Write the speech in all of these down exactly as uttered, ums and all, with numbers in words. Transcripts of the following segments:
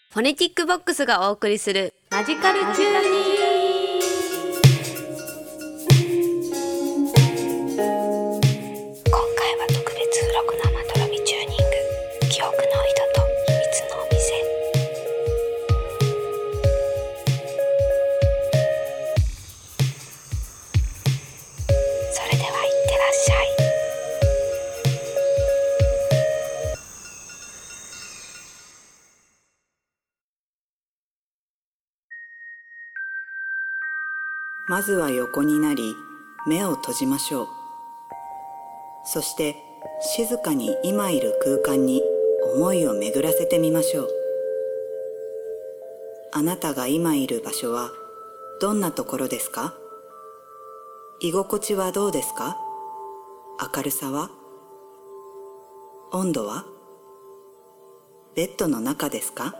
フォネティックボックスがお送りするマジカルチューニー。今回は特別付録生ドロミチューニング、記憶の井戸と秘密のお店。それではいってらっしゃい。 まずは横になり、目を閉じましょう。そして静かに今いる空間に思いを巡らせてみましょう。あなたが今いる場所はどんなところですか？居心地はどうですか？明るさは？温度は？ベッドの中ですか？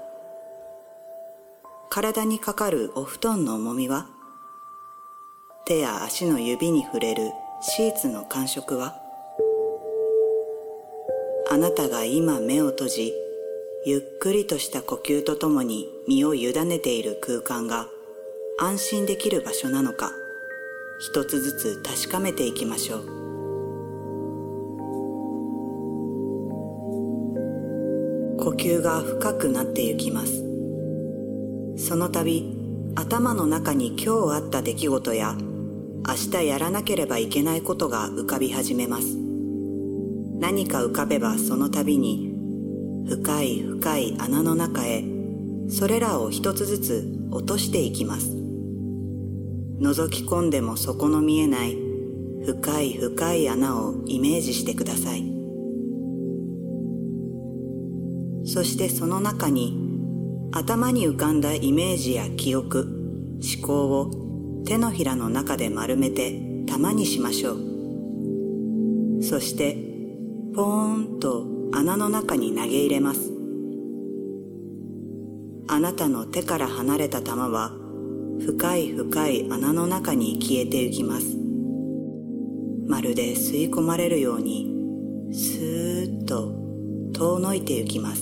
体にかかるお布団の重みは？手や足の指に触れるシーツの感触は？あなたが今目を閉じ、ゆっくりとした呼吸とともに身を委ねている空間が安心できる場所なのか、一つずつ確かめていきましょう。呼吸が深くなってゆきます。その度、頭の中に今日あった出来事や明日やらなければいけないことが浮かび始めます。何か浮かべばその度に深い深い穴の中へそれらを一つずつ落としていきます。覗き込んでも底の見えない深い深い穴をイメージしてください。そしてその中に頭に浮かんだイメージや記憶、思考を手のひらの中で丸めて玉にしましょう。そしてポーンと穴の中に投げ入れます。あなたの手から離れた玉は深い深い穴の中に消えてゆきます。まるで吸い込まれるようにスーッと遠のいてゆきます。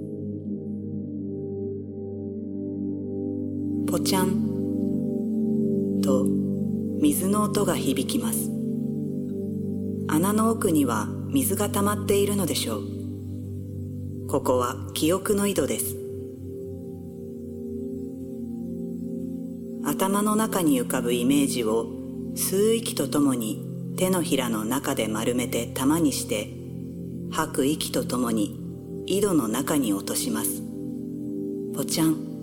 ポチャンと水の音が響きます。穴の奥には水が溜まっているのでしょう。ここは記憶の井戸です。頭の中に浮かぶイメージを吸う息とともに手のひらの中で丸めて玉にして、吐く息とともに井戸の中に落とします。ポチャン。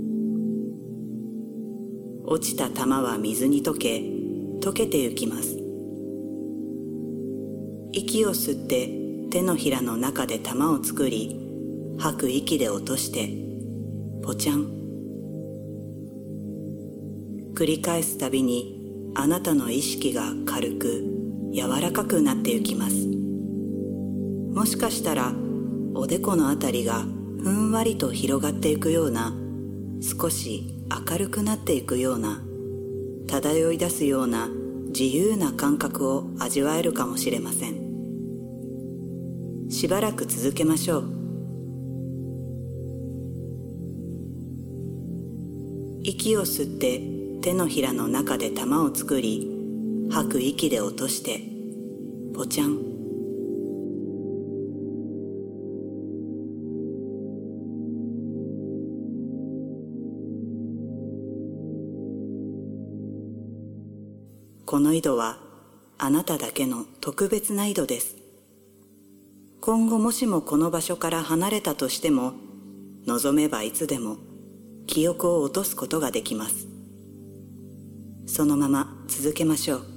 落ちた玉は水に溶け、溶けてゆきます。息を吸って手のひらの中で玉を作り、吐く息で落として、ポチャン。繰り返すたびにあなたの意識が軽く柔らかくなってゆきます。もしかしたらおでこのあたりがふんわりと広がっていくような、少し明るくなっていくような、漂い出すような自由な感覚を味わえるかもしれません。しばらく続けましょう。息を吸って手のひらの中で玉を作り、吐く息で落として、ポチャン。この井戸はあなただけの特別な井戸です。今後もしもこの場所から離れたとしても、望めばいつでも記憶を落とすことができます。そのまま続けましょう。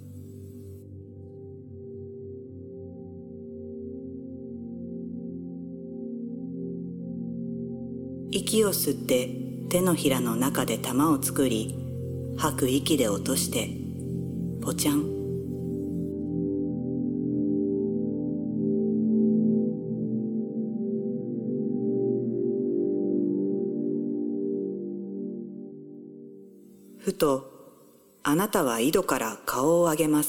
息を吸って手のひらの中で玉を作り、吐く息で落として、ポチャン。ふとあなたは井戸から顔を上げます。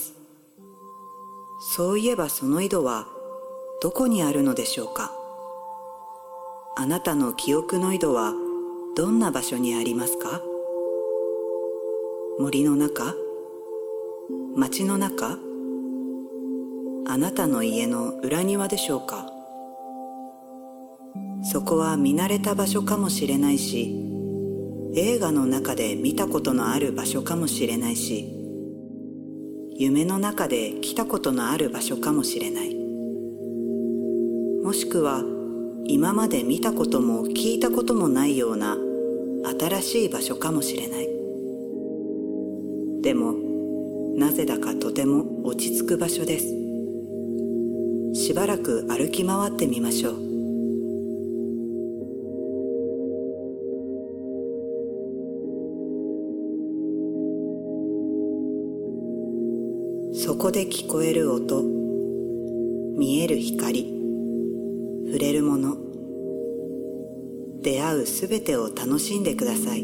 そういえばその井戸はどこにあるのでしょうか。 あなたの記憶の井戸はどんな場所にありますか？森の中？町の中？あなたの家の裏庭でしょうか？そこは見慣れた場所かもしれないし、映画の中で見たことのある場所かもしれないし、夢の中で来たことのある場所かもしれない。もしくは今まで見たことも聞いたこともないような新しい場所かもしれない。でもなぜだかとても落ち着く場所です。しばらく歩き回ってみましょう。そこで聞こえる音、見える光、触れるもの、出会うすべてを楽しんでください。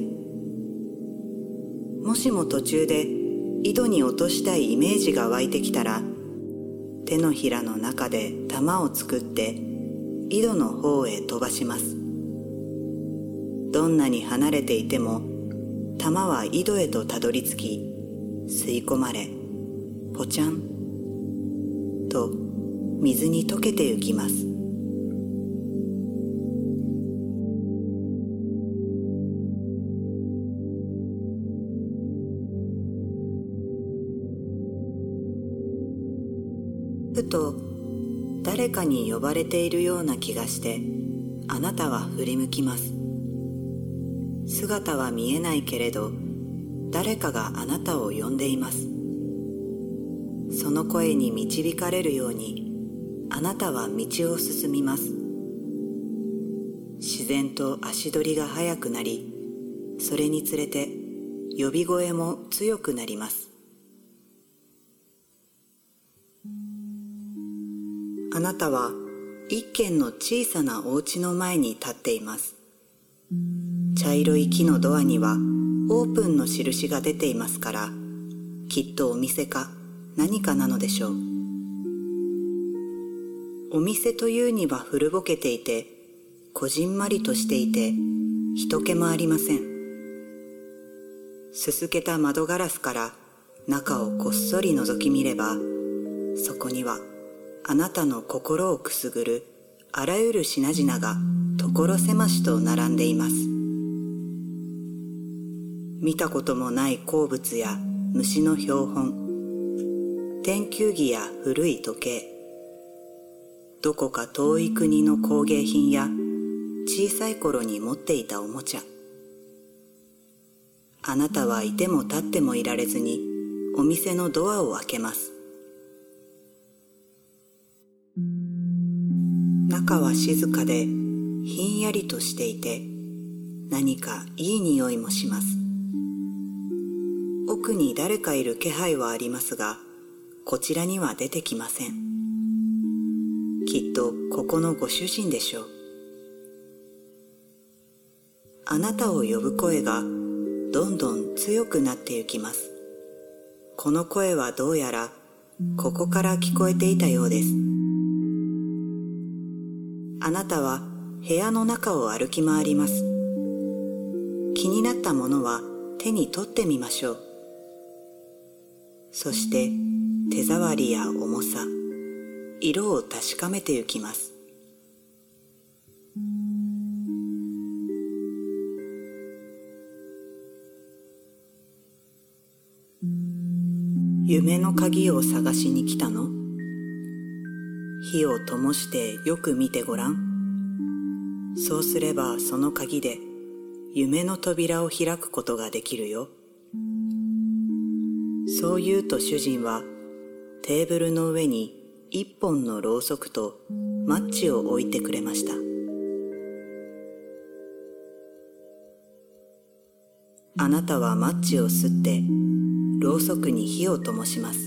もしも途中で井戸に落としたいイメージが湧いてきたら、手のひらの中で玉を作って井戸の方へ飛ばします。どんなに離れていても玉は井戸へとたどり着き、吸い込まれポチャンと水に溶けてゆきます。ふと誰かに呼ばれているような気がして、あなたは振り向きます。姿は見えないけれど、誰かがあなたを呼んでいます。その声に導かれるように、あなたは道を進みます。自然と足取りが速くなり、それにつれて呼び声も強くなります。あなたは一軒の小さなお家の前に立っています。茶色い木のドアにはオープンの印が出ていますから、きっとお店か何かなのでしょう。お店というには古ぼけていて、こじんまりとしていて、人気もありません。すすけた窓ガラスから中をこっそり覗き見れば、そこにはあなたの心をくすぐるあらゆる品々が所狭しと並んでいます。見たこともない鉱物や虫の標本、天球儀や古い時計、どこか遠い国の工芸品や小さい頃に持っていたおもちゃ。あなたはいても立ってもいられずにお店のドアを開けます。中は静かでひんやりとしていて、何かいい匂いもします。奥に誰かいる気配はありますが、こちらには出てきません。きっとここのご主人でしょう。あなたを呼ぶ声がどんどん強くなってゆきます。この声はどうやらここから聞こえていたようです。あなたは部屋の中を歩き回ります。気になったものは手に取ってみましょう。そして手触りや重さ、色を確かめてゆきます。夢の鍵を探しに来たの？火を灯してよく見てごらん。そうすればその鍵で夢の扉を開くことができるよ。そう言うと主人はテーブルの上に一本のろうそくとマッチを置いてくれました。あなたはマッチを吸ってろうそくに火を灯します。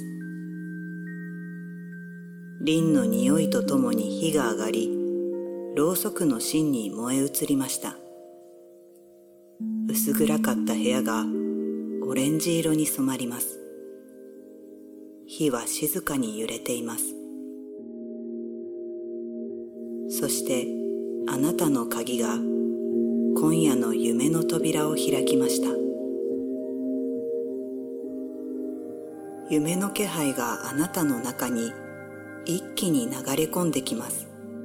リンの匂いとともに火が上がり、ろうそくの芯に燃え移りました。薄暗かった部屋がオレンジ色に染まります。火は静かに揺れています。そしてあなたの鍵が今夜の夢の扉を開きました。夢の気配があなたの中に一気に流れ込んできます。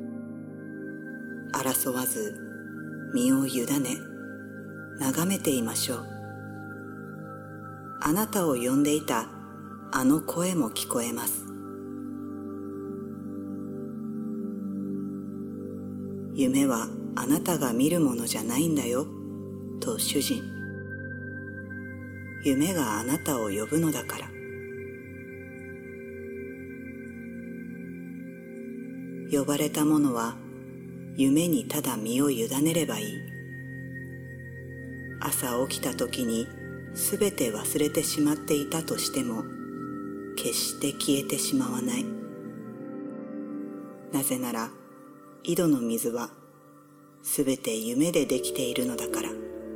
争わず身を委ね眺めていましょう。あなたを呼んでいたあの声も聞こえます。夢はあなたが見るものじゃないんだよと主人。夢があなたを呼ぶのだから。呼ばれた者は夢にただ身を委ねればいい。朝起きた時にすべて忘れてしまっていたとしても決して消えてしまわない。なぜなら井戸の水はすべて夢でできているのだから。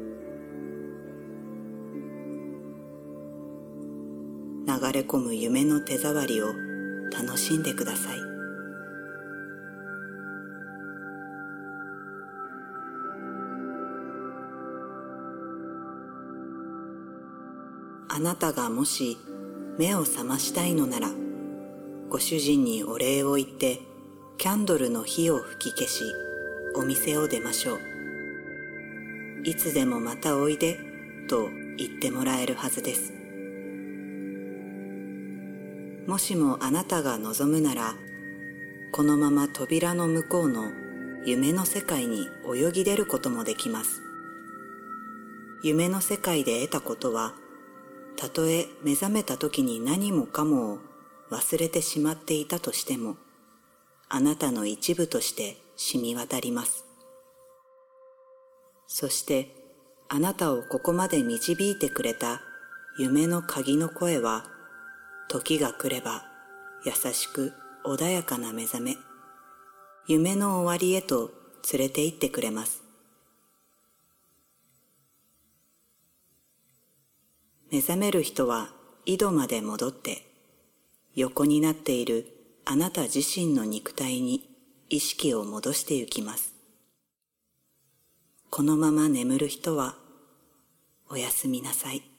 流れ込む夢の手触りを楽しんでください。あなたがもし目を覚ましたいのなら、ご主人にお礼を言ってキャンドルの火を吹き消し、お店を出ましょう。いつでもまたおいでと言ってもらえるはずです。もしもあなたが望むなら、このまま扉の向こうの夢の世界に泳ぎ出ることもできます。夢の世界で得たことは、たとえ目覚めた時に何もかもを忘れてしまっていたとしても、あなたの一部として染み渡ります。そしてあなたをここまで導いてくれた夢の鍵の声は、時が来れば優しく穏やかな目覚め、夢の終わりへと連れて行ってくれます。目覚める人は井戸まで戻って、横になっているあなた自身の肉体に意識を戻してゆきます。このまま眠る人はおやすみなさい。